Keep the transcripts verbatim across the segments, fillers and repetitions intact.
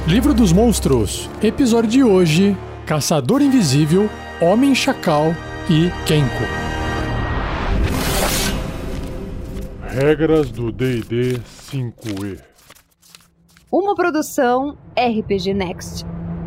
Livro dos Monstros, episódio de hoje, Caçador Invisível, Homem-Chacal e Kenko. Regras do D e D cinco E. Uma produção R P G Next.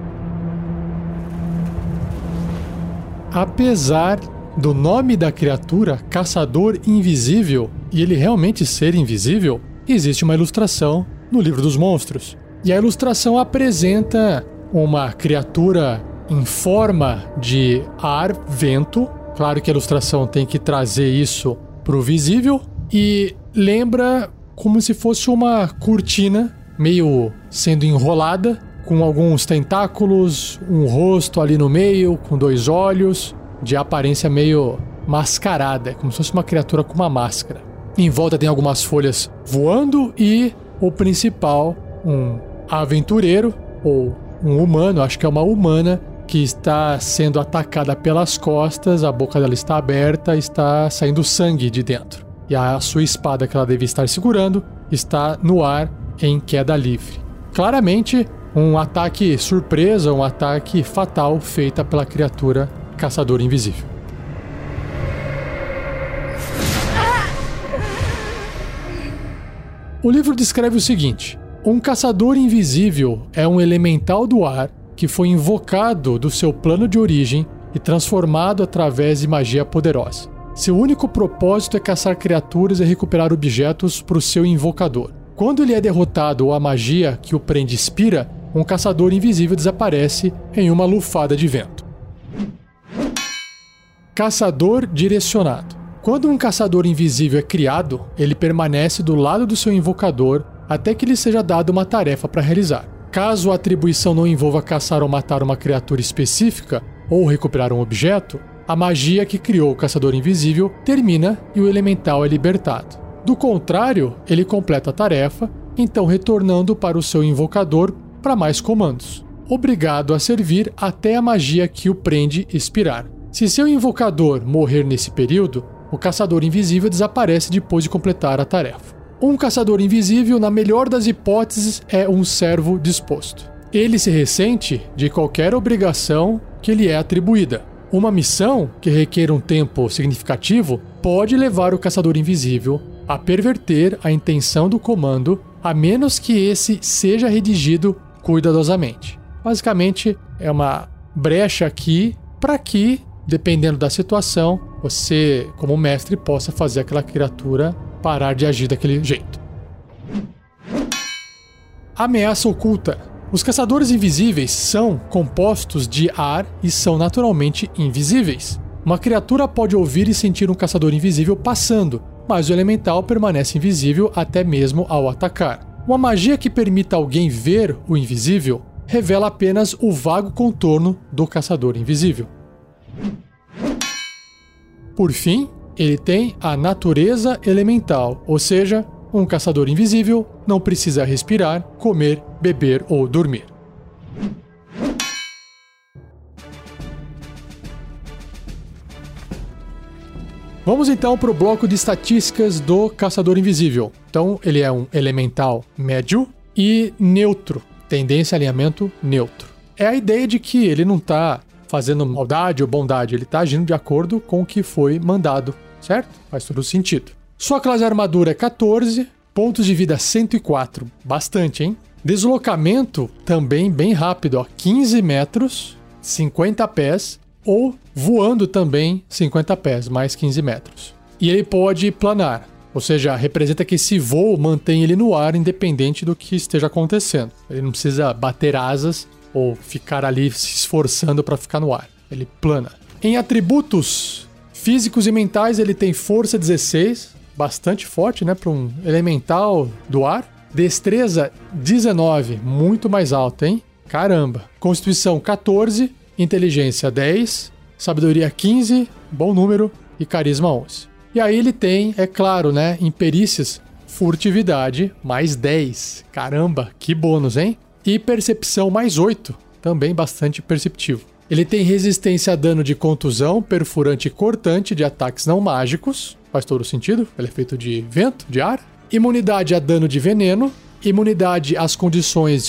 Apesar do nome da criatura, Caçador Invisível, e ele realmente ser invisível, existe uma ilustração no Livro dos Monstros. E a ilustração apresenta uma criatura em forma de ar, vento. Claro que a ilustração tem que trazer isso para o visível. E lembra como se fosse uma cortina meio sendo enrolada, com alguns tentáculos, um rosto ali no meio, com dois olhos, de aparência meio mascarada, como se fosse uma criatura com uma máscara. Em volta tem algumas folhas voando e o principal, um aventureiro ou um humano, acho que é uma humana, que está sendo atacada pelas costas, a boca dela está aberta, está saindo sangue de dentro. E a sua espada, que ela deve estar segurando, está no ar em queda livre. Claramente, um ataque surpresa, um ataque fatal feita pela criatura Caçador Invisível. O livro descreve o seguinte: um caçador invisível é um elemental do ar que foi invocado do seu plano de origem e transformado através de magia poderosa. Seu único propósito é caçar criaturas e recuperar objetos para o seu invocador. Quando ele é derrotado ou a magia que o prende expira, um caçador invisível desaparece em uma lufada de vento. Caçador direcionado. Quando um caçador invisível é criado, ele permanece do lado do seu invocador até que lhe seja dada uma tarefa para realizar. Caso a atribuição não envolva caçar ou matar uma criatura específica ou recuperar um objeto, a magia que criou o caçador invisível termina e o elemental é libertado. Do contrário, ele completa a tarefa, então retornando para o seu invocador para mais comandos, obrigado a servir até a magia que o prende expirar. Se seu invocador morrer nesse período, o caçador invisível desaparece depois de completar a tarefa. Um caçador invisível, na melhor das hipóteses, é um servo disposto. Ele se ressente de qualquer obrigação que lhe é atribuída. Uma missão que requer um tempo significativo pode levar o caçador invisível a perverter a intenção do comando, a menos que esse seja redigido cuidadosamente. Basicamente, é uma brecha aqui para que, dependendo da situação, você, como mestre, possa fazer aquela criatura parar de agir daquele jeito. Ameaça oculta. Os caçadores invisíveis são compostos de ar e são naturalmente invisíveis. Uma criatura pode ouvir e sentir um caçador invisível passando, mas o elemental permanece invisível até mesmo ao atacar. Uma magia que permita alguém ver o invisível revela apenas o vago contorno do caçador invisível. Por fim, ele tem a natureza elemental, ou seja, um caçador invisível não precisa respirar, comer, beber ou dormir. Vamos então para o bloco de estatísticas do Caçador Invisível. Então, ele é um elemental médio e neutro, tendência a alinhamento neutro. É a ideia de que ele não está fazendo maldade ou bondade, ele está agindo de acordo com o que foi mandado, certo? Faz todo sentido. Sua classe de armadura é catorze, pontos de vida cento e quatro, bastante, hein? Deslocamento também bem rápido, ó, quinze metros, cinquenta pés, ou voando também cinquenta pés, mais quinze metros. E ele pode planar, ou seja, representa que esse voo mantém ele no ar independente do que esteja acontecendo. Ele não precisa bater asas ou ficar ali se esforçando para ficar no ar. Ele plana. Em atributos físicos e mentais, ele tem força dezesseis, bastante forte, né, para um elemental do ar. Destreza dezenove, muito mais alta, hein? Caramba. Constituição catorze, inteligência dez, sabedoria quinze, bom número, e carisma onze. E aí ele tem, é claro, né, em perícias, furtividade mais dez. Caramba, que bônus, hein? E percepção mais oito, também bastante perceptivo. Ele tem resistência a dano de contusão, perfurante e cortante de ataques não mágicos. Faz todo sentido, ele é feito de vento, de ar. Imunidade a dano de veneno. Imunidade às condições de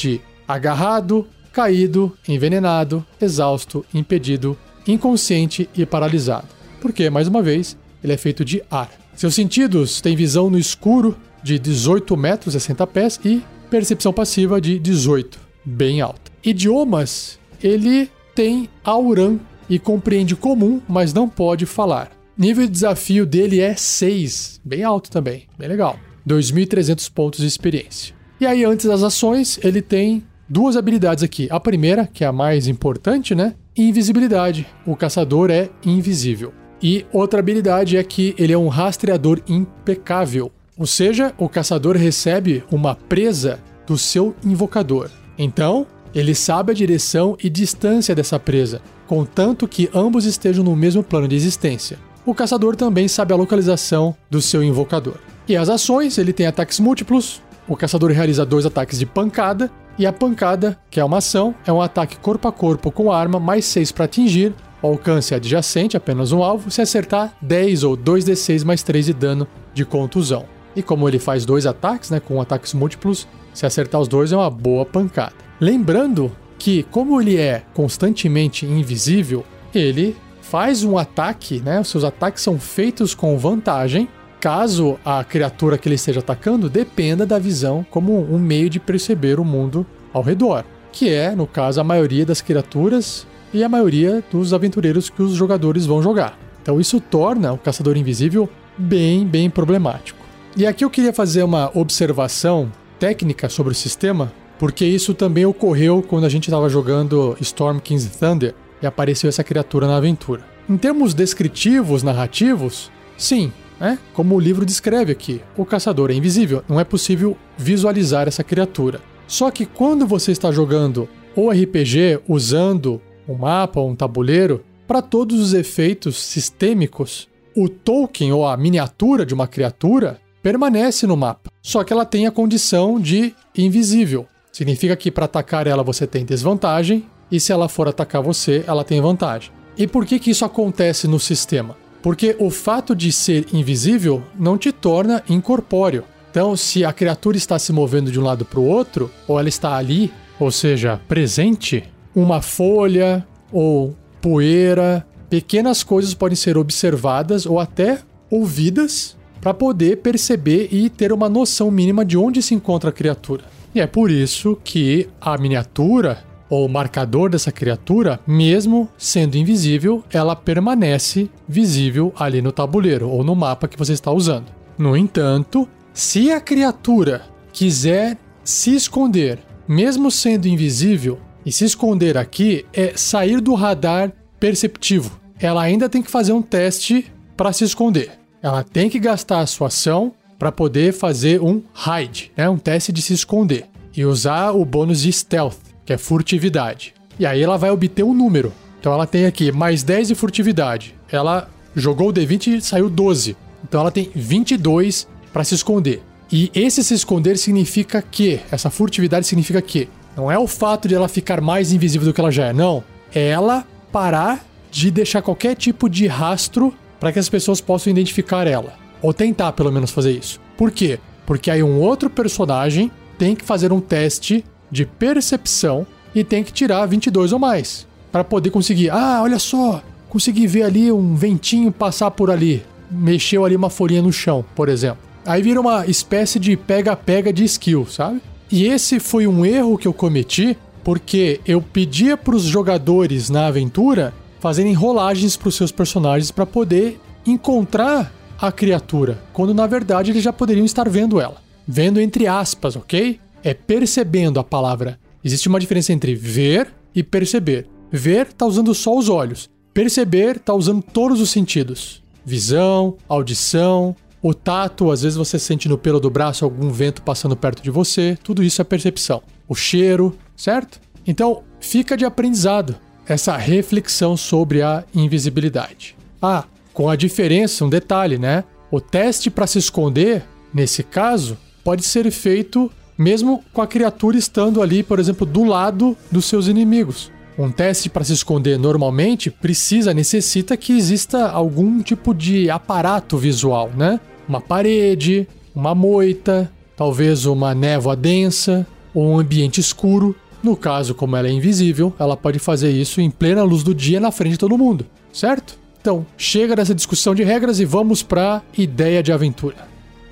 agarrado, caído, envenenado, exausto, impedido, inconsciente e paralisado. Porque, mais uma vez, ele é feito de ar. Seus sentidos têm visão no escuro de dezoito metros, sessenta pés, e percepção passiva de dezoito, bem alta. Idiomas, ele tem Auran e compreende comum, mas não pode falar. Nível de desafio dele é seis, bem alto também, bem legal. dois mil e trezentos pontos de experiência. E aí, antes das ações, ele tem duas habilidades aqui. A primeira, que é a mais importante, né? Invisibilidade. O caçador é invisível. E outra habilidade é que ele é um rastreador impecável. Ou seja, o caçador recebe uma presa do seu invocador. Então, ele sabe a direção e distância dessa presa, contanto que ambos estejam no mesmo plano de existência. O caçador também sabe a localização do seu invocador. E as ações, ele tem ataques múltiplos. O caçador realiza dois ataques de pancada. E a pancada, que é uma ação, é um ataque corpo a corpo com arma, mais seis para atingir. O alcance é adjacente, apenas um alvo. Se acertar, dez ou dois d seis mais três de dano de contusão. E como ele faz dois ataques, né, com ataques múltiplos, se acertar os dois é uma boa pancada. Lembrando que, como ele é constantemente invisível, ele faz um ataque, né? Os seus ataques são feitos com vantagem, caso a criatura que ele esteja atacando dependa da visão como um meio de perceber o mundo ao redor, que é, no caso, a maioria das criaturas e a maioria dos aventureiros que os jogadores vão jogar. Então isso torna o Caçador Invisível bem, bem problemático. E aqui eu queria fazer uma observação técnica sobre o sistema, porque isso também ocorreu quando a gente estava jogando Storm King's Thunder e apareceu essa criatura na aventura. Em termos descritivos, narrativos, sim, né? Como o livro descreve aqui, o caçador é invisível, não é possível visualizar essa criatura. Só que quando você está jogando o R P G usando um mapa ou um tabuleiro, para todos os efeitos sistêmicos, o token ou a miniatura de uma criatura permanece no mapa, só que ela tem a condição de invisível. Significa que para atacar ela você tem desvantagem, e se ela for atacar você, ela tem vantagem. E por que que isso acontece no sistema? Porque o fato de ser invisível não te torna incorpóreo. Então, se a criatura está se movendo de um lado para o outro, ou ela está ali, ou seja, presente, uma folha ou poeira, pequenas coisas podem ser observadas ou até ouvidas para poder perceber e ter uma noção mínima de onde se encontra a criatura. E é por isso que a miniatura ou marcador dessa criatura, mesmo sendo invisível, ela permanece visível ali no tabuleiro ou no mapa que você está usando. No entanto, se a criatura quiser se esconder, mesmo sendo invisível, e se esconder aqui é sair do radar perceptivo, ela ainda tem que fazer um teste para se esconder. Ela tem que gastar a sua ação para poder fazer um hide, né? Um teste de se esconder, e usar o bônus de stealth, que é furtividade. E aí ela vai obter um número. Então ela tem aqui mais dez de furtividade. Ela jogou o D vinte e saiu doze. Então ela tem vinte e dois para se esconder. E esse se esconder significa que, essa furtividade significa que, não é o fato de ela ficar mais invisível do que ela já é, não. É ela parar de deixar qualquer tipo de rastro para que as pessoas possam identificar ela. Ou tentar, pelo menos, fazer isso. Por quê? Porque aí um outro personagem tem que fazer um teste de percepção e tem que tirar vinte e dois ou mais para poder conseguir. Ah, olha só, consegui ver ali um ventinho passar por ali. Mexeu ali uma folhinha no chão, por exemplo. Aí vira uma espécie de pega-pega de skill, sabe? E esse foi um erro que eu cometi, porque eu pedia para os jogadores na aventura fazerem rolagens para os seus personagens para poder encontrar a criatura, quando na verdade eles já poderiam estar vendo ela. Vendo entre aspas, ok? É percebendo a palavra. Existe uma diferença entre ver e perceber. Ver tá usando só os olhos. Perceber tá usando todos os sentidos. Visão, audição, o tato, às vezes você sente no pelo do braço algum vento passando perto de você. Tudo isso é percepção. O cheiro, certo? Então, fica de aprendizado essa reflexão sobre a invisibilidade. Ah, com a diferença, um detalhe, né? O teste para se esconder, nesse caso, pode ser feito mesmo com a criatura estando ali, por exemplo, do lado dos seus inimigos. Um teste para se esconder normalmente precisa, necessita que exista algum tipo de aparato visual, né? Uma parede, uma moita, talvez uma névoa densa ou um ambiente escuro. No caso, como ela é invisível, ela pode fazer isso em plena luz do dia na frente de todo mundo, certo? Então, chega dessa discussão de regras e vamos para ideia de aventura.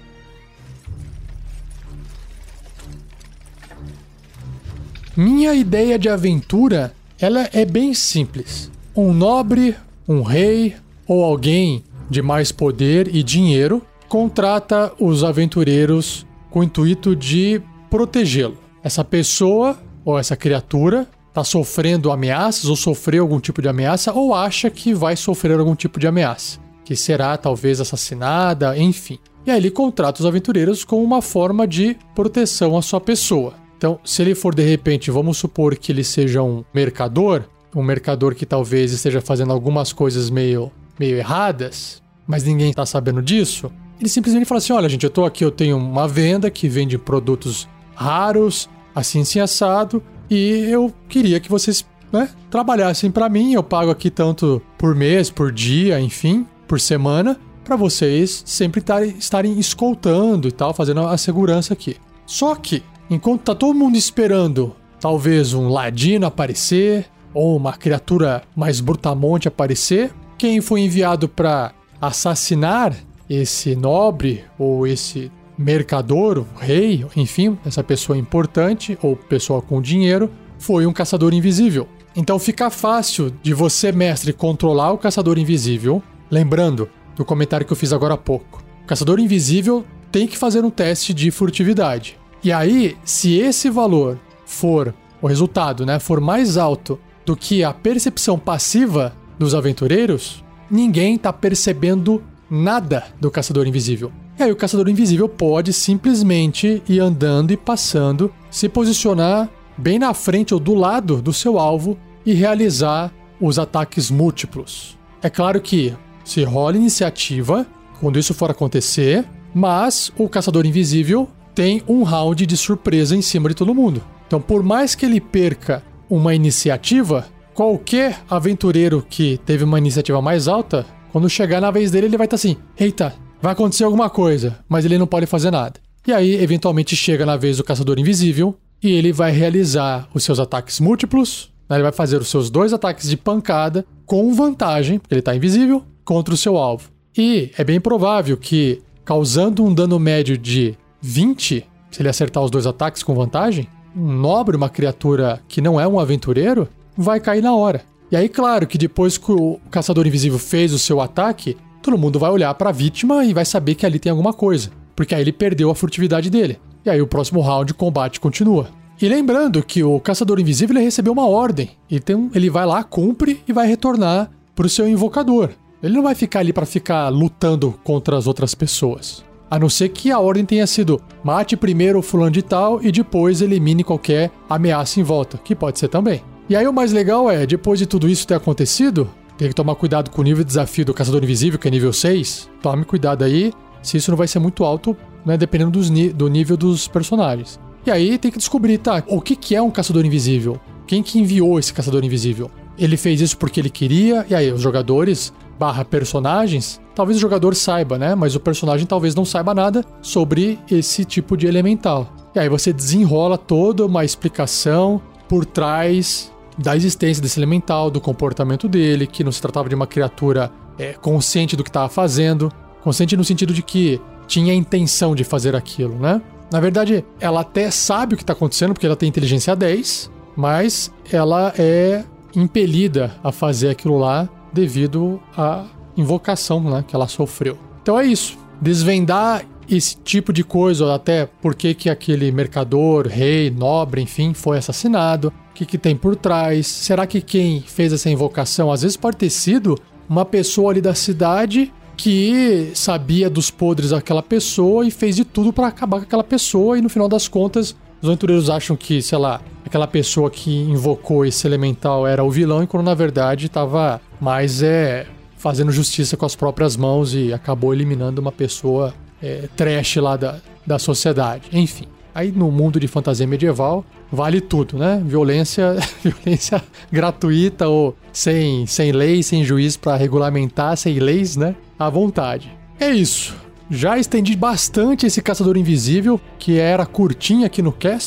Minha ideia de aventura, ela é bem simples. Um nobre, um rei ou alguém de mais poder e dinheiro contrata os aventureiros com o intuito de protegê-lo. Essa pessoa ou essa criatura está sofrendo ameaças ou sofreu algum tipo de ameaça ou acha que vai sofrer algum tipo de ameaça, que será talvez assassinada, enfim. E aí ele contrata os aventureiros como uma forma de proteção à sua pessoa. Então, se ele for de repente, vamos supor que ele seja um mercador, um mercador que talvez esteja fazendo algumas coisas meio, meio erradas, mas ninguém está sabendo disso, ele simplesmente fala assim, olha gente, eu tô aqui, eu tenho uma venda que vende produtos raros, assim, assim, assado, e eu queria que vocês, né, trabalhassem para mim, eu pago aqui tanto por mês, por dia, enfim, por semana, para vocês sempre tarem, estarem escoltando e tal, fazendo a segurança aqui. Só que, enquanto tá todo mundo esperando talvez um ladino aparecer, ou uma criatura mais brutamonte aparecer, quem foi enviado para assassinar esse nobre ou esse mercador, o rei, enfim, essa pessoa importante ou pessoa com dinheiro, foi um caçador invisível. Então fica fácil de você, mestre, controlar o caçador invisível, lembrando do comentário que eu fiz agora há pouco. O caçador invisível tem que fazer um teste de furtividade. E aí, se esse valor for, o resultado, né, for mais alto do que a percepção passiva dos aventureiros, ninguém está percebendo nada do caçador invisível. E aí o caçador invisível pode simplesmente ir andando e passando, se posicionar bem na frente ou do lado do seu alvo e realizar os ataques múltiplos. É claro que se rola iniciativa quando isso for acontecer, mas o caçador invisível tem um round de surpresa em cima de todo mundo. Então, por mais que ele perca uma iniciativa, qualquer aventureiro que teve uma iniciativa mais alta, quando chegar na vez dele, ele vai estar assim, eita, vai acontecer alguma coisa, mas ele não pode fazer nada. E aí, eventualmente, chega na vez do caçador invisível e ele vai realizar os seus ataques múltiplos, né? Ele vai fazer os seus dois ataques de pancada com vantagem, porque ele está invisível, contra o seu alvo. E é bem provável que, causando um dano médio de vinte, se ele acertar os dois ataques com vantagem, um nobre, uma criatura que não é um aventureiro, vai cair na hora. E aí, claro, que depois que o caçador invisível fez o seu ataque, todo mundo vai olhar para a vítima e vai saber que ali tem alguma coisa, porque aí ele perdeu a furtividade dele. E aí o próximo round de combate continua. E lembrando que o caçador invisível ele recebeu uma ordem. Ele, tem um, ele vai lá, cumpre e vai retornar para o seu invocador. Ele não vai ficar ali para ficar lutando contra as outras pessoas. A não ser que a ordem tenha sido mate primeiro o fulano de tal e depois elimine qualquer ameaça em volta, que pode ser também. E aí o mais legal é, depois de tudo isso ter acontecido, tem que tomar cuidado com o nível de desafio do Caçador Invisível, que é nível seis. Tome cuidado aí, se isso não vai ser muito alto, né, dependendo dos do nível dos personagens. E aí tem que descobrir, tá, o que, que é um Caçador Invisível? Quem que enviou esse Caçador Invisível? Ele fez isso porque ele queria, e aí os jogadores barra personagens, talvez o jogador saiba, né? Mas o personagem talvez não saiba nada sobre esse tipo de elemental. E aí você desenrola toda uma explicação por trás da existência desse elemental, do comportamento dele, que não se tratava de uma criatura é, consciente do que estava fazendo, consciente no sentido de que tinha a intenção de fazer aquilo, né? Na verdade, ela até sabe o que está acontecendo, porque ela tem inteligência dez, mas ela é impelida a fazer aquilo lá devido à invocação, né, que ela sofreu. Então é isso. Desvendar esse tipo de coisa, ou até por que que aquele mercador, rei, nobre, enfim, foi assassinado, o que que tem por trás. Será que quem fez essa invocação às vezes pode ter sido uma pessoa ali da cidade que sabia dos podres daquela pessoa e fez de tudo para acabar com aquela pessoa, e no final das contas os aventureiros acham que, sei lá, aquela pessoa que invocou esse elemental era o vilão, e quando na verdade estava mais é, fazendo justiça com as próprias mãos e acabou eliminando uma pessoa é, trash lá da, da sociedade. Enfim, aí no mundo de fantasia medieval vale tudo, né? Violência, violência gratuita ou sem, sem lei, sem juiz para regulamentar, sem leis, né? À vontade. É isso. Já estendi bastante esse Caçador Invisível, que era curtinho aqui no cast.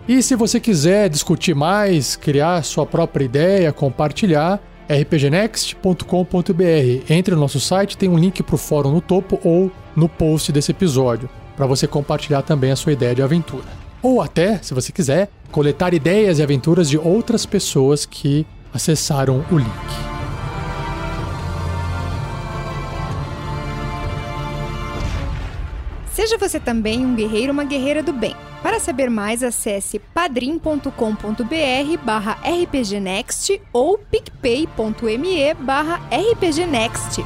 E se você quiser discutir mais, criar sua própria ideia, compartilhar, r p g next ponto com ponto b r. Entre no nosso site, tem um link para o fórum no topo ou no post desse episódio, para você compartilhar também a sua ideia de aventura. Ou até, se você quiser, coletar ideias e aventuras de outras pessoas que acessaram o link. Seja você também um guerreiro ou uma guerreira do bem. Para saber mais, acesse padrim ponto com ponto b r barra r p g next ou picpay ponto m e barra r p g next.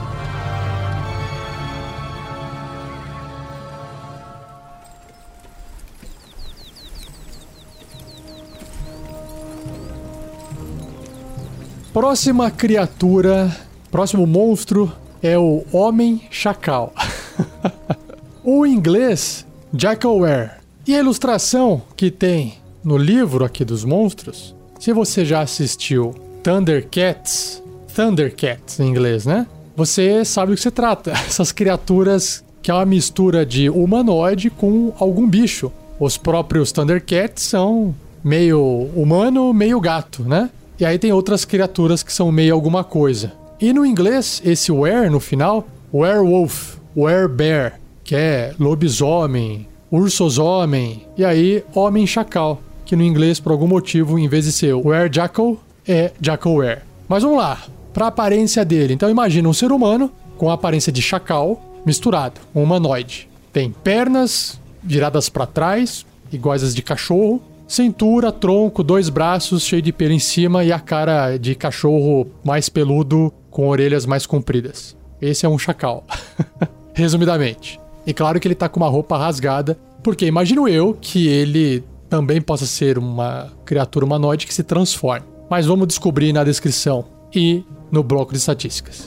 Próxima criatura, próximo monstro é o Homem Chacal. O inglês, Jackalwere. E a ilustração que tem no livro aqui dos monstros, se você já assistiu Thundercats, Thundercats em inglês, né? Você sabe do que se trata. Essas criaturas que é uma mistura de humanoide com algum bicho. Os próprios Thundercats são meio humano, meio gato, né? E aí tem outras criaturas que são meio alguma coisa. E no inglês, esse were no final, werewolf, werebear, que é lobisomem, ursosomem, e aí homem-chacal, que no inglês, por algum motivo, em vez de ser werejackal, é jackalwere. Mas vamos lá, para a aparência dele. Então imagina um ser humano com a aparência de chacal misturado, um humanoide. Tem pernas viradas para trás, iguais às de cachorro, cintura, tronco, dois braços cheio de pelo em cima e a cara de cachorro mais peludo com orelhas mais compridas. Esse é um chacal. Resumidamente. E claro que ele tá com uma roupa rasgada, porque imagino eu que ele também possa ser uma criatura humanoide que se transforme. Mas vamos descobrir na descrição e no bloco de estatísticas.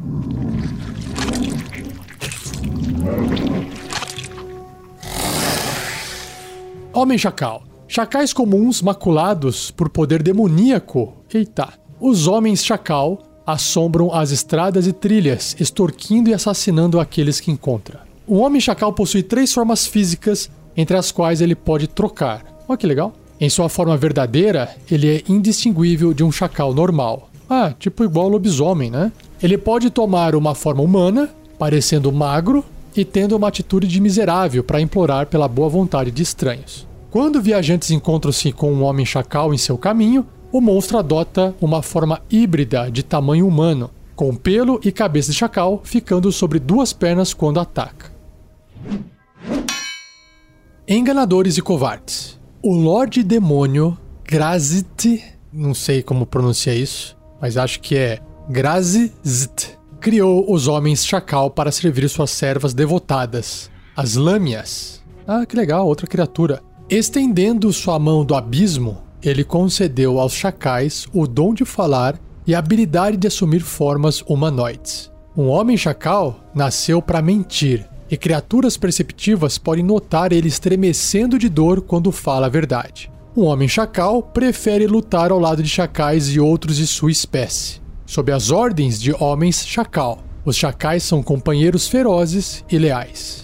Homem-chacal. Chacais comuns maculados por poder demoníaco. Eita. Os homens-chacal assombram as estradas e trilhas, extorquindo e assassinando aqueles que encontra. O homem-chacal possui três formas físicas, entre as quais ele pode trocar. Olha que legal. Em sua forma verdadeira, ele é indistinguível de um chacal normal. Ah, tipo igual ao lobisomem, né? Ele pode tomar uma forma humana, parecendo magro, e tendo uma atitude de miserável para implorar pela boa vontade de estranhos. Quando viajantes encontram-se com um homem-chacal em seu caminho, o monstro adota uma forma híbrida de tamanho humano, com pelo e cabeça de chacal, ficando sobre duas pernas quando ataca. Enganadores e covardes. O Lorde Demônio Grazit, não sei como pronunciar isso, mas acho que é Grazit, criou os homens chacal para servir suas servas devotadas, as lâmias. Ah, que legal, outra criatura. Estendendo sua mão do abismo, ele concedeu aos chacais o dom de falar e a habilidade de assumir formas humanoides. Um homem chacal nasceu para mentir, e criaturas perceptivas podem notar ele estremecendo de dor quando fala a verdade. Um homem chacal prefere lutar ao lado de chacais e outros de sua espécie, sob as ordens de homens chacal. Os chacais são companheiros ferozes e leais.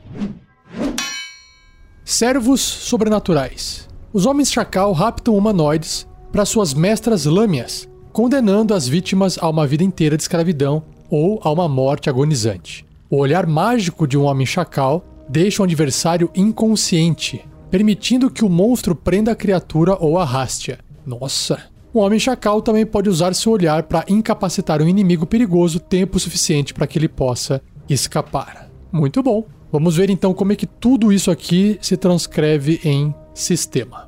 Servos sobrenaturais. Os homens chacal raptam humanoides para suas mestras lâmias, condenando as vítimas a uma vida inteira de escravidão ou a uma morte agonizante. O olhar mágico de um homem chacal deixa o adversário inconsciente, permitindo que o monstro prenda a criatura ou arraste-a. Nossa! Um homem chacal também pode usar seu olhar para incapacitar um inimigo perigoso tempo suficiente para que ele possa escapar. Muito bom! Vamos ver então como é que tudo isso aqui se transcreve em sistema.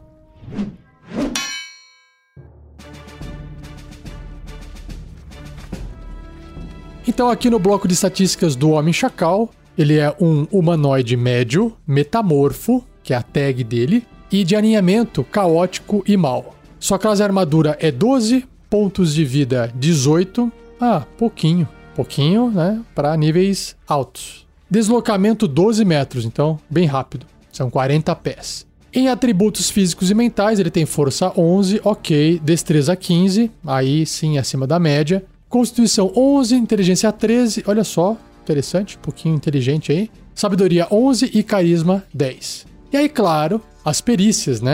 Então aqui no bloco de estatísticas do Homem Chacal, ele é um humanoide médio, metamorfo, que é a tag dele, e de alinhamento caótico e mal. Sua classe armadura é doze, pontos de vida dezoito, ah, pouquinho, pouquinho, né, para níveis altos. Deslocamento doze metros, então bem rápido, são quarenta pés. Em atributos físicos e mentais, ele tem força onze, ok, destreza quinze, aí sim acima da média. Constituição onze, inteligência treze, olha só, interessante, um pouquinho inteligente aí. Sabedoria onze e carisma dez. E aí, claro, as perícias, né?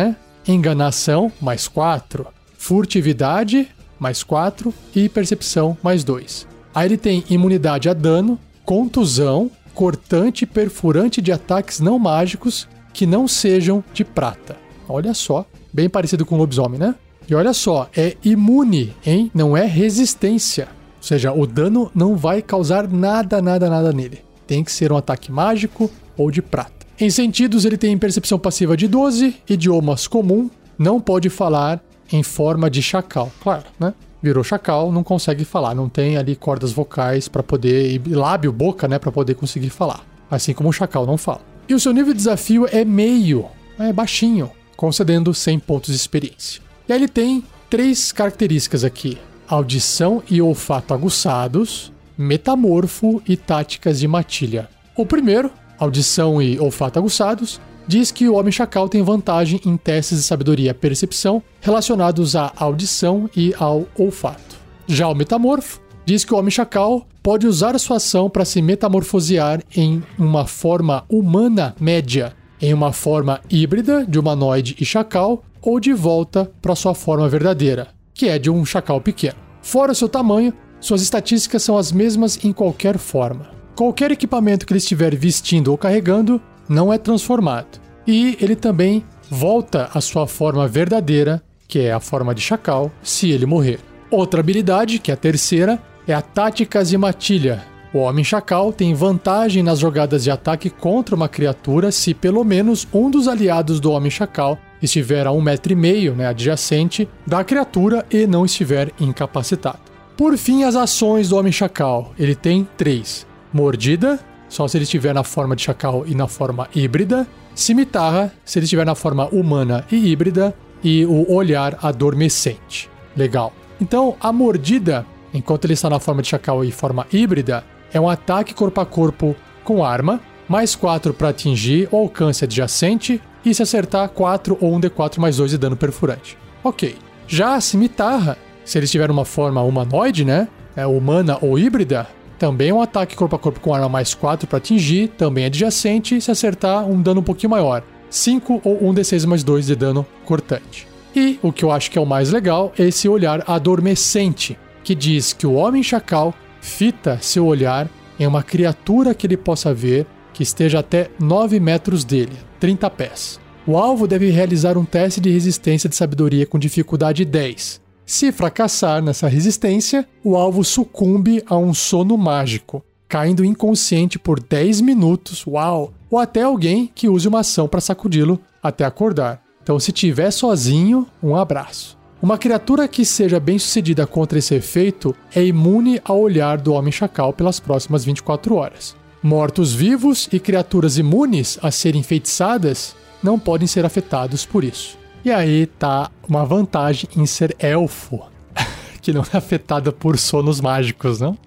enganação, mais quatro, furtividade, mais quatro e percepção, mais dois. Aí ele tem imunidade a dano, contusão, cortante e perfurante de ataques não mágicos que não sejam de prata. Olha só, bem parecido com o lobisomem, né? E olha só, é imune, hein? Não é resistência. Ou seja, o dano não vai causar nada, nada, nada nele. Tem que ser um ataque mágico ou de prata. Em sentidos, ele tem percepção passiva de doze, idiomas comum, não pode falar em forma de chacal. Claro, né? Virou chacal, não consegue falar, não tem ali cordas vocais para poder, e lábio, boca, né, para poder conseguir falar. Assim como o chacal não fala. E o seu nível de desafio é meio, é baixinho, concedendo cem pontos de experiência. E aí ele tem três características aqui: audição e olfato aguçados, metamorfo e táticas de matilha. O primeiro, audição e olfato aguçados, diz que o Homem Chacal tem vantagem em testes de sabedoria e percepção relacionados à audição e ao olfato. Já o Metamorfo diz que o Homem Chacal pode usar a sua ação para se metamorfosear em uma forma humana média, em uma forma híbrida de humanoide e chacal, ou de volta para sua forma verdadeira, que é de um chacal pequeno. Fora seu tamanho, suas estatísticas são as mesmas em qualquer forma. Qualquer equipamento que ele estiver vestindo ou carregando não é transformado. E ele também volta à sua forma verdadeira, que é a forma de chacal, se ele morrer. Outra habilidade, que é a terceira, é a táticas de matilha. O Homem Chacal tem vantagem nas jogadas de ataque contra uma criatura se pelo menos um dos aliados do Homem Chacal estiver a um metro e meio, né, adjacente da criatura e não estiver incapacitado. Por fim, as ações do Homem Chacal. Ele tem três. Mordida, só se ele estiver na forma de chacal e na forma híbrida. Cimitarra, se ele estiver na forma humana e híbrida. E o olhar adormecente. Legal. Então, a mordida, enquanto ele está na forma de chacal e forma híbrida, é um ataque corpo a corpo com arma, mais quatro para atingir o alcance adjacente, e se acertar, quatro ou um D quatro mais dois de dano perfurante. Ok. Já a cimitarra, se ele estiver numa forma humanoide, né, é humana ou híbrida, também é um ataque corpo a corpo com arma mais quatro para atingir, também adjacente, e se acertar, um dano um pouquinho maior, cinco ou um D seis mais dois de dano cortante. E o que eu acho que é o mais legal é esse olhar adormecente, que diz que o Homem Chacal fita seu olhar em uma criatura que ele possa ver que esteja até nove metros dele, trinta pés. O alvo deve realizar um teste de resistência de sabedoria com dificuldade dez. Se fracassar nessa resistência, o alvo sucumbe a um sono mágico, caindo inconsciente por dez minutos, uau, ou até alguém que use uma ação para sacudi-lo até acordar. Então, se tiver sozinho, um abraço. Uma criatura que seja bem sucedida contra esse efeito é imune ao olhar do Homem Chacal pelas próximas vinte e quatro horas. Mortos-vivos e criaturas imunes a serem enfeitiçadas não podem ser afetados por isso. E aí tá uma vantagem em ser elfo, que não é afetada por sonos mágicos, não?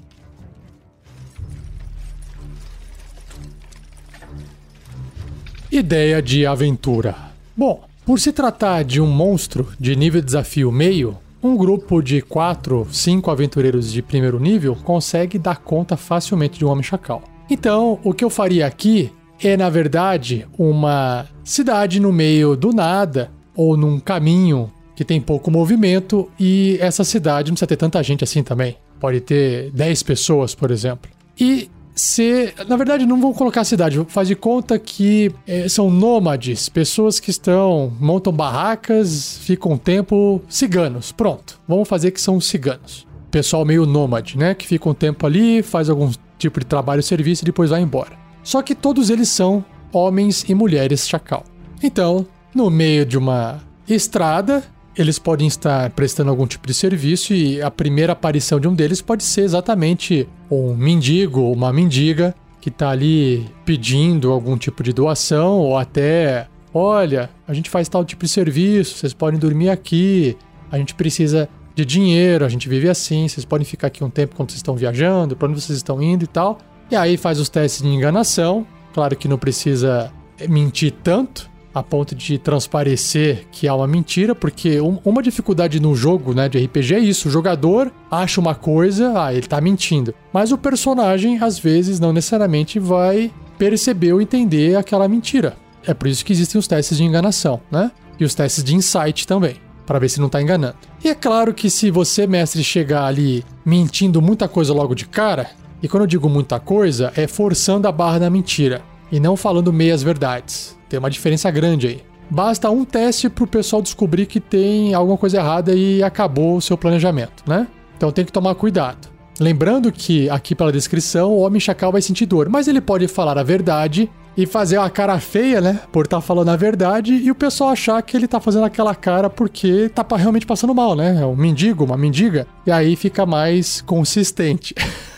Ideia de aventura. Bom, por se tratar de um monstro de nível de desafio meio, um grupo de quatro, cinco aventureiros de primeiro nível consegue dar conta facilmente de um Homem Chacal. Então, o que eu faria aqui é, na verdade, uma cidade no meio do nada, ou num caminho que tem pouco movimento, e essa cidade não precisa ter tanta gente assim também. Pode ter dez pessoas, por exemplo. E se... Na verdade, não vou colocar a cidade, faz de conta que é, são nômades, pessoas que estão... montam barracas, ficam um tempo... ciganos, pronto. Vamos fazer que são ciganos. Pessoal meio nômade, né? Que fica um tempo ali, faz algum tipo de trabalho ou serviço e depois vai embora. Só que todos eles são homens e mulheres chacal. Então, no meio de uma estrada, eles podem estar prestando algum tipo de serviço e a primeira aparição de um deles pode ser exatamente um mendigo ou uma mendiga que está ali pedindo algum tipo de doação ou até, olha, a gente faz tal tipo de serviço, vocês podem dormir aqui, a gente precisa de dinheiro, a gente vive assim, vocês podem ficar aqui um tempo quando vocês estão viajando, para onde vocês estão indo e tal. E aí faz os testes de enganação, claro que não precisa mentir tanto, a ponto de transparecer que há uma mentira, porque um, uma dificuldade no jogo, né, de R P G é isso, o jogador acha uma coisa, ah, ele tá mentindo, mas o personagem às vezes não necessariamente vai perceber ou entender aquela mentira. É por isso que existem os testes de enganação, né? E os testes de insight também, para ver se não tá enganando. E é claro que se você, mestre, chegar ali mentindo muita coisa logo de cara, e quando eu digo muita coisa, é forçando a barra da mentira, e não falando meias verdades. Tem uma diferença grande aí. Basta um teste pro pessoal descobrir que tem alguma coisa errada e acabou o seu planejamento, né? Então tem que tomar cuidado. Lembrando que, aqui pela descrição, o homem chacal vai sentir dor, mas ele pode falar a verdade e fazer uma cara feia, né, por estar tá falando a verdade, e o pessoal achar que ele tá fazendo aquela cara porque tá realmente passando mal, né? É um mendigo, uma mendiga, e aí fica mais consistente.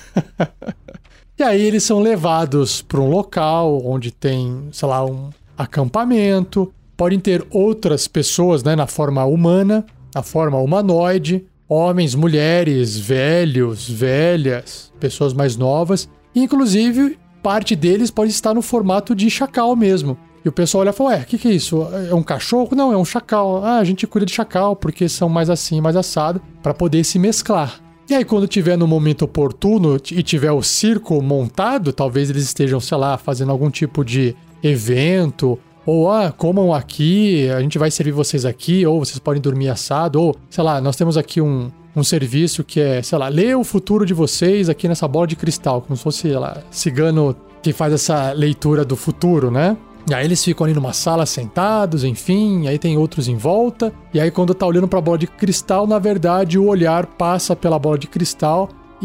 E aí eles são levados para um local onde tem, sei lá, um acampamento. Podem ter outras pessoas, né, na forma humana, na forma humanoide, homens, mulheres, velhos, velhas, pessoas mais novas. E, inclusive, parte deles pode estar no formato de chacal mesmo. E o pessoal olha e fala, ué, o que, que é isso? É um cachorro? Não, é um chacal. Ah, a gente cuida de chacal porque são mais assim, mais assado, para poder se mesclar. E aí, quando tiver no momento oportuno e tiver o circo montado, talvez eles estejam, sei lá, fazendo algum tipo de evento, ou, ah, comam aqui, a gente vai servir vocês aqui, ou vocês podem dormir assado, ou, sei lá, nós temos aqui um, um serviço que é, sei lá, ler o futuro de vocês aqui nessa bola de cristal, como se fosse, sei lá, cigano que faz essa leitura do futuro, né? E aí eles ficam ali numa sala sentados, enfim, aí tem outros em volta, e aí quando tá olhando pra bola de cristal, na verdade o olhar passa pela bola de cristal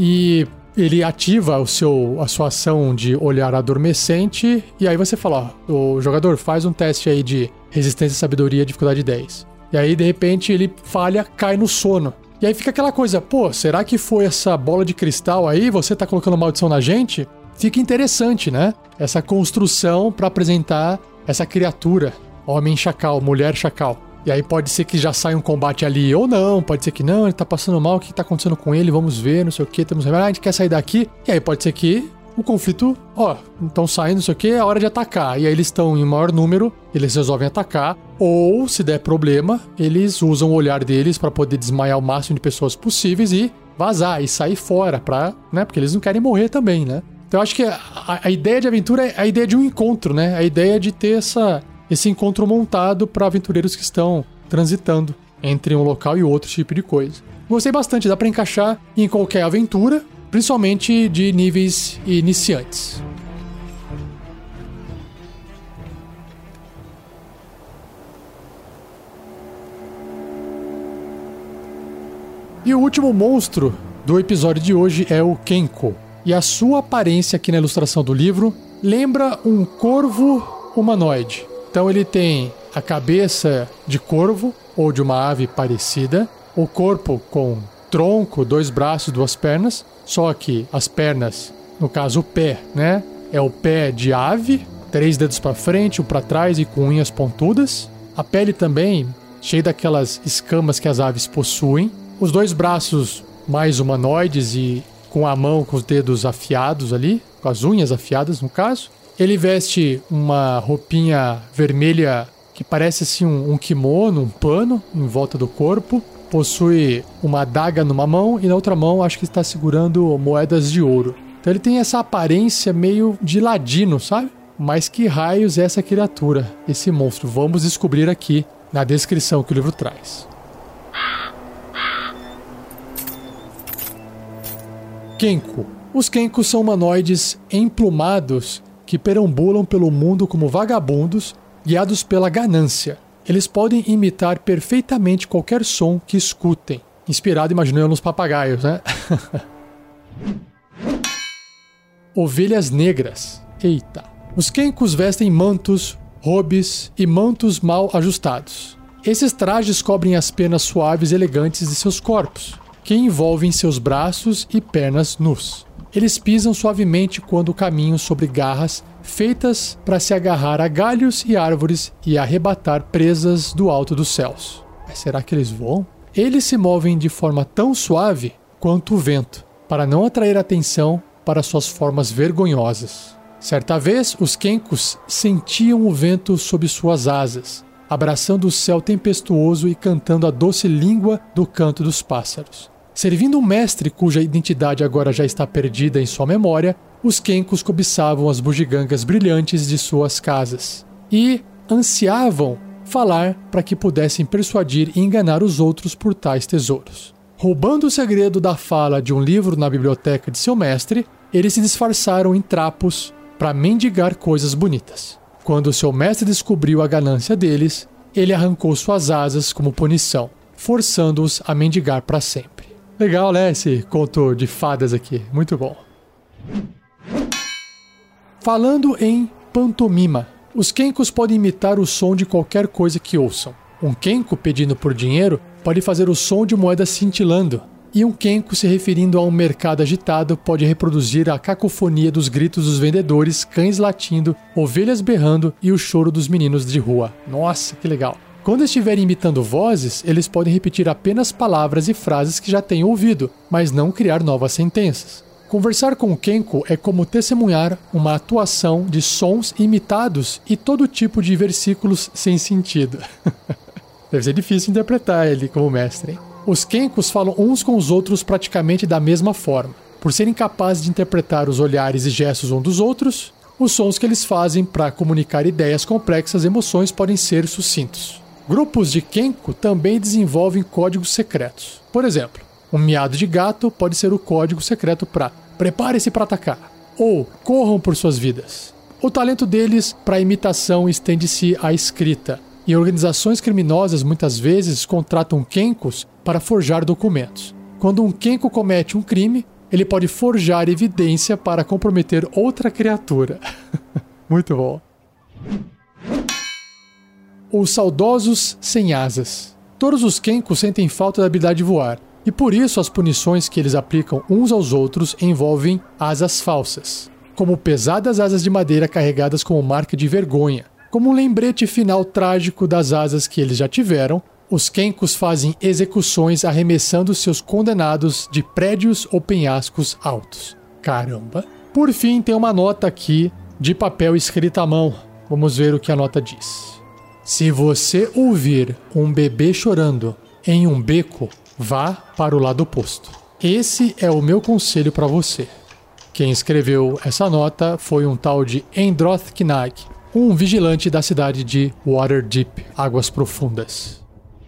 e ele ativa o seu, a sua ação de olhar adormecente, e aí você fala, ó, o jogador faz um teste aí de resistência, sabedoria, dificuldade dez. E aí de repente ele falha, cai no sono. E aí fica aquela coisa, pô, será que foi essa bola de cristal aí? Você tá colocando maldição na gente? Fica interessante, né? Essa construção para apresentar essa criatura, homem chacal, mulher chacal. E aí pode ser que já saia um combate ali ou não, pode ser que não, ele tá passando mal, o que tá acontecendo com ele, vamos ver, não sei o que, temos ah, a gente quer sair daqui. E aí pode ser que o conflito, ó, estão saindo, não sei o que, é hora de atacar. E aí eles estão em maior número, eles resolvem atacar, ou se der problema, eles usam o olhar deles para poder desmaiar o máximo de pessoas possíveis e vazar, e sair fora, pra, né, porque eles não querem morrer também, né? Então eu acho que a, a ideia de aventura é a ideia de um encontro, né? A ideia de ter essa, esse encontro montado para aventureiros que estão transitando entre um local e outro tipo de coisa. Gostei bastante, dá para encaixar em qualquer aventura, principalmente de níveis iniciantes. E o último monstro do episódio de hoje é o Kenko. E a sua aparência aqui na ilustração do livro lembra um corvo humanoide. Então ele tem a cabeça de corvo ou de uma ave parecida, o corpo com tronco, dois braços, duas pernas, só que as pernas, no caso o pé, né, é o pé de ave, três dedos para frente, um para trás e com unhas pontudas. A pele também cheia daquelas escamas que as aves possuem. Os dois braços mais humanoides e com a mão, com os dedos afiados ali, com as unhas afiadas no caso. Ele veste uma roupinha vermelha que parece assim um, um kimono, um pano em volta do corpo. Possui uma adaga numa mão e na outra mão acho que está segurando moedas de ouro. Então ele tem essa aparência meio de ladino, sabe? Mas que raios é essa criatura, esse monstro? Vamos descobrir aqui na descrição que o livro traz. Kenko. Os Kenkos são humanoides emplumados que perambulam pelo mundo como vagabundos, guiados pela ganância. Eles podem imitar perfeitamente qualquer som que escutem. Inspirado, imagino eu, nos papagaios, né? Ovelhas negras. Eita. Os Kenkos vestem mantos, robes e mantos mal ajustados. Esses trajes cobrem as penas suaves e elegantes de seus corpos, que envolvem seus braços e pernas nus. Eles pisam suavemente quando caminham sobre garras feitas para se agarrar a galhos e árvores e arrebatar presas do alto dos céus. Mas será que eles voam? Eles se movem de forma tão suave quanto o vento, para não atrair atenção para suas formas vergonhosas. Certa vez, os Kenkos sentiam o vento sob suas asas, abraçando o céu tempestuoso e cantando a doce língua do canto dos pássaros. Servindo um mestre cuja identidade agora já está perdida em sua memória, os Kenkos cobiçavam as bugigangas brilhantes de suas casas. e ansiavam falar para que pudessem persuadir e enganar os outros por tais tesouros. Roubando o segredo da fala de um livro na biblioteca de seu mestre, eles se disfarçaram em trapos para mendigar coisas bonitas. Quando seu mestre descobriu a ganância deles, ele arrancou suas asas como punição, forçando-os a mendigar para sempre. Legal, né, esse conto de fadas aqui, muito bom. Falando em pantomima, os Kenkos podem imitar o som de qualquer coisa que ouçam. Um Kenko pedindo por dinheiro pode fazer o som de moedas cintilando, e um Kenko se referindo a um mercado agitado pode reproduzir a cacofonia dos gritos dos vendedores, cães latindo, ovelhas berrando e o choro dos meninos de rua. Nossa, que legal! Quando estiverem imitando vozes, eles podem repetir apenas palavras e frases que já têm ouvido, mas não criar novas sentenças. Conversar com o Kenko é como testemunhar uma atuação de sons imitados e todo tipo de versículos sem sentido. Deve ser difícil interpretar ele como mestre, hein? Os Kenkos falam uns com os outros praticamente da mesma forma. Por serem capazes de interpretar os olhares e gestos uns dos outros, os sons que eles fazem para comunicar ideias complexas e emoções podem ser sucintos. Grupos de Kenko também desenvolvem códigos secretos. Por exemplo, um miado de gato pode ser o código secreto para "prepare-se para atacar" ou "corram por suas vidas". O talento deles para imitação estende-se à escrita, e organizações criminosas muitas vezes contratam Kenkos para forjar documentos. Quando um Kenko comete um crime, ele pode forjar evidência para comprometer outra criatura. Muito bom. Os saudosos sem asas. Todos os Kenkos sentem falta da habilidade de voar, e por isso as punições que eles aplicam uns aos outros envolvem asas falsas, como pesadas asas de madeira carregadas como marca de vergonha. Como um lembrete final trágico das asas que eles já tiveram, os Kenkos fazem execuções arremessando seus condenados de prédios ou penhascos altos. Caramba! Por fim, tem uma nota aqui de papel escrita à mão. Vamos ver o que a nota diz. Se você ouvir um bebê chorando em um beco, vá para o lado oposto. Esse é o meu conselho para você. Quem escreveu essa nota foi um tal de Endroth Knag, um vigilante da cidade de Waterdeep, Águas Profundas.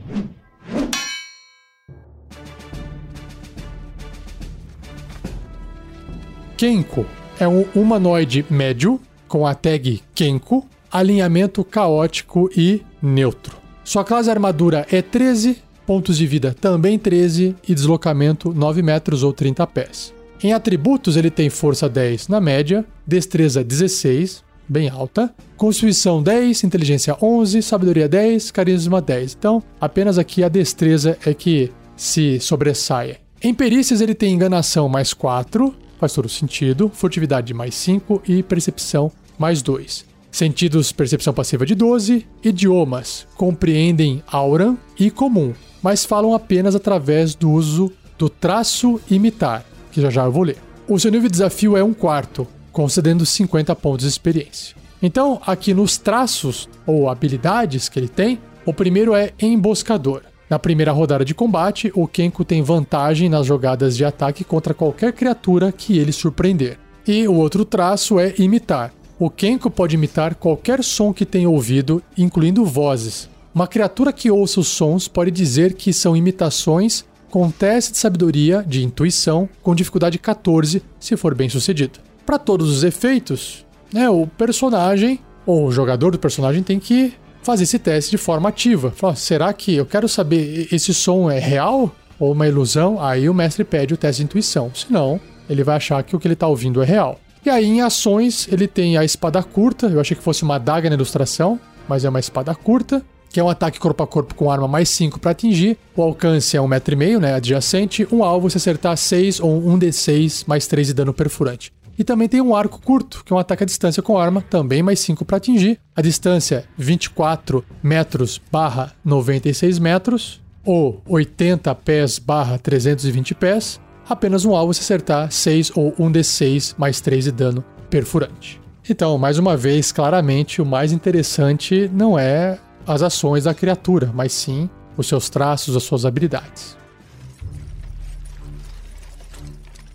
Kenko é um humanoide médio com a tag Kenko, alinhamento caótico e neutro. Sua classe armadura é treze, pontos de vida também treze e deslocamento nove metros ou trinta pés. Em atributos ele tem força dez na média, destreza dezesseis, bem alta, constituição dez, inteligência onze, sabedoria dez, carisma dez. Então, apenas aqui a destreza é que se sobressaia. Em perícias ele tem enganação mais quatro, faz todo sentido, furtividade mais cinco e percepção mais dois. Sentidos, percepção passiva de doze, idiomas, compreendem Auran e comum, mas falam apenas através do uso do traço imitar, que já já eu vou ler. O seu nível de desafio é um quarto, concedendo cinquenta pontos de experiência. Então, aqui nos traços ou habilidades que ele tem, o primeiro é emboscador. Na primeira rodada de combate, o Kenko tem vantagem nas jogadas de ataque contra qualquer criatura que ele surpreender. E o outro traço é imitar. O Kenko pode imitar qualquer som que tenha ouvido, incluindo vozes. Uma criatura que ouça os sons pode dizer que são imitações com teste de sabedoria, de intuição, com dificuldade quatorze, se for bem sucedido. Para todos os efeitos, né, o personagem, ou o jogador do personagem tem que fazer esse teste de forma ativa. Fala, será que eu quero saber esse som é real ou uma ilusão? Aí o mestre pede o teste de intuição. Senão, ele vai achar que o que ele está ouvindo é real. E aí em ações ele tem a espada curta. Eu achei que fosse uma adaga na ilustração, mas é uma espada curta, que é um ataque corpo a corpo com arma mais cinco para atingir. O alcance é um metro e meio, né, adjacente. Um alvo se acertar seis ou um d seis mais três de dano perfurante. E também tem um arco curto, que é um ataque à distância com arma, também mais cinco para atingir. A distância vinte e quatro metros barra noventa e seis metros, ou oitenta pés barra trezentos e vinte pés. Apenas um alvo se acertar seis ou um d seis mais três de dano perfurante. Então, mais uma vez, claramente, o mais interessante não é as ações da criatura, mas sim os seus traços, as suas habilidades.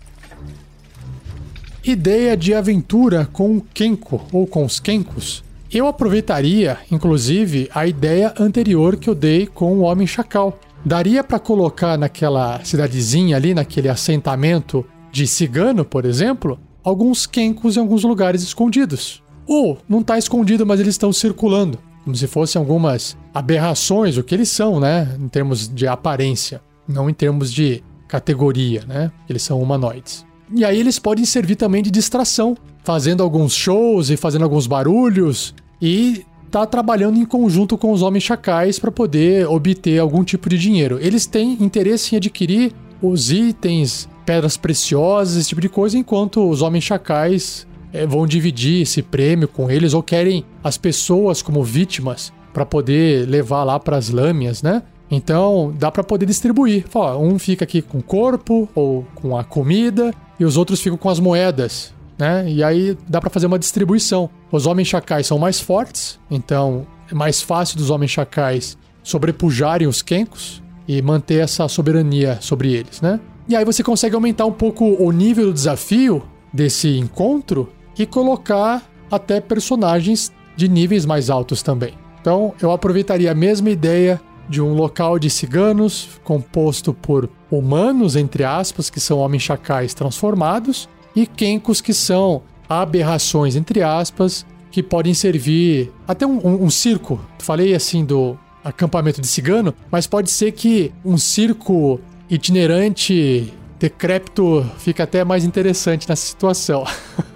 Ideia de aventura com o Kenko, ou com os Kenkos. Eu aproveitaria, inclusive, a ideia anterior que eu dei com o Homem Chacal. Daria para colocar naquela cidadezinha ali, naquele assentamento de cigano, por exemplo, alguns kenkos em alguns lugares escondidos. Ou não está escondido, mas eles estão circulando, como se fossem algumas aberrações, o que eles são, né? Em termos de aparência, não em termos de categoria, né? Eles são humanoides. E aí eles podem servir também de distração, fazendo alguns shows e fazendo alguns barulhos e tá trabalhando em conjunto com os homens chacais para poder obter algum tipo de dinheiro. Eles têm interesse em adquirir os itens, pedras preciosas, esse tipo de coisa, enquanto os homens chacais é, vão dividir esse prêmio com eles ou querem as pessoas como vítimas para poder levar lá para as lâminas, né? Então dá para poder distribuir. Fala, um fica aqui com o corpo ou com a comida e os outros ficam com as moedas, né? E aí dá para fazer uma distribuição. Os homens chacais são mais fortes, então é mais fácil dos homens chacais sobrepujarem os kenkos e manter essa soberania sobre eles, né? E aí você consegue aumentar um pouco o nível do desafio desse encontro e colocar até personagens de níveis mais altos também. Então eu aproveitaria a mesma ideia de um local de ciganos composto por humanos, entre aspas, que são homens chacais transformados, e kenkos que são aberrações, entre aspas, que podem servir até um, um, um circo. Falei assim do acampamento de cigano, mas pode ser que um circo itinerante decrépito fica até mais interessante nessa situação.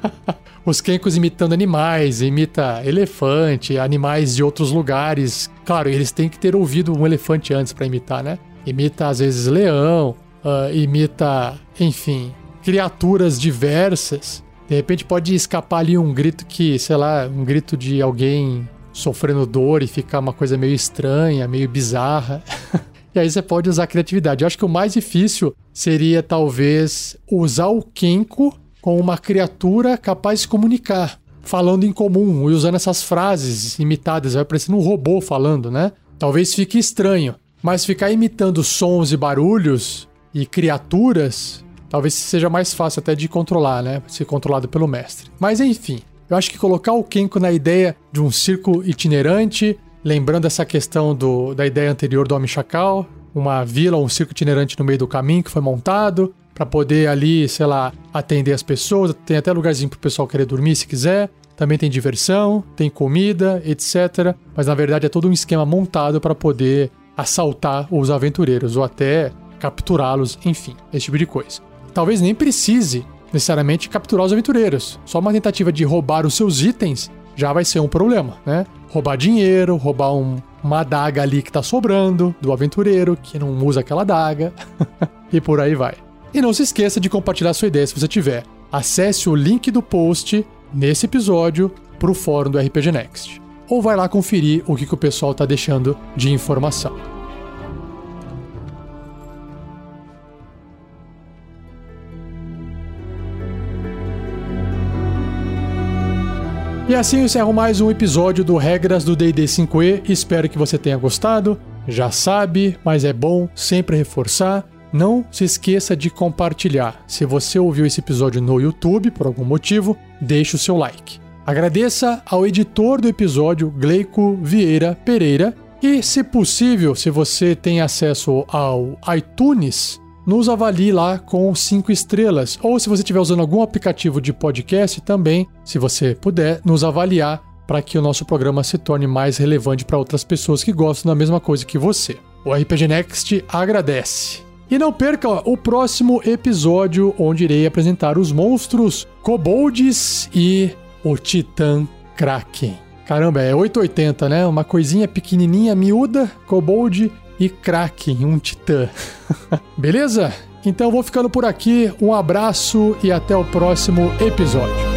Os kenkos imitando animais, imita elefante, animais de outros lugares. Claro, eles têm que ter ouvido um elefante antes para imitar, né? Imita às vezes leão, uh, imita, enfim, criaturas diversas. De repente pode escapar ali um grito que, sei lá, um grito de alguém sofrendo dor e ficar uma coisa meio estranha, meio bizarra. E aí você pode usar a criatividade. Eu acho que o mais difícil seria talvez usar o kenko com uma criatura capaz de se comunicar, falando em comum e usando essas frases imitadas, vai parecendo um robô falando, né? Talvez fique estranho, mas ficar imitando sons e barulhos e criaturas, talvez seja mais fácil até de controlar, né? Ser controlado pelo mestre. Mas enfim, eu acho que colocar o kenko na ideia de um circo itinerante, lembrando essa questão do, da ideia anterior do Homem Chacal, uma vila, um circo itinerante no meio do caminho que foi montado, para poder ali, sei lá, atender as pessoas. Tem até lugarzinho pro pessoal querer dormir se quiser. Também tem diversão, tem comida, etcétera. Mas na verdade é todo um esquema montado para poder assaltar os aventureiros ou até capturá-los, enfim, esse tipo de coisa. Talvez nem precise necessariamente capturar os aventureiros. Só uma tentativa de roubar os seus itens já vai ser um problema, né? Roubar dinheiro, roubar um, uma adaga ali que tá sobrando do aventureiro, que não usa aquela adaga, e por aí vai. E não se esqueça de compartilhar sua ideia se você tiver. Acesse o link do post nesse episódio para o fórum do R P G Next. Ou vai lá conferir o que, que o pessoal está deixando de informação. E assim eu encerro mais um episódio do Regras do D e D cinco E. Espero que você tenha gostado. Já sabe, mas é bom sempre reforçar. Não se esqueça de compartilhar. Se você ouviu esse episódio no YouTube, por algum motivo, deixe o seu like. Agradeça ao editor do episódio, Gleico Vieira Pereira. E, se possível, se você tem acesso ao iTunes, nos avalie lá com cinco estrelas. Ou se você estiver usando algum aplicativo de podcast também, se você puder, nos avaliar para que o nosso programa se torne mais relevante para outras pessoas que gostam da mesma coisa que você. O R P G Next agradece. E não perca o próximo episódio, onde irei apresentar os monstros Kobolds e o Titã Kraken. Caramba, é oitocentos e oitenta, né? Uma coisinha pequenininha, miúda, Kobold e Kraken, um Titã. Beleza? Então vou ficando por aqui. Um abraço e até o próximo episódio.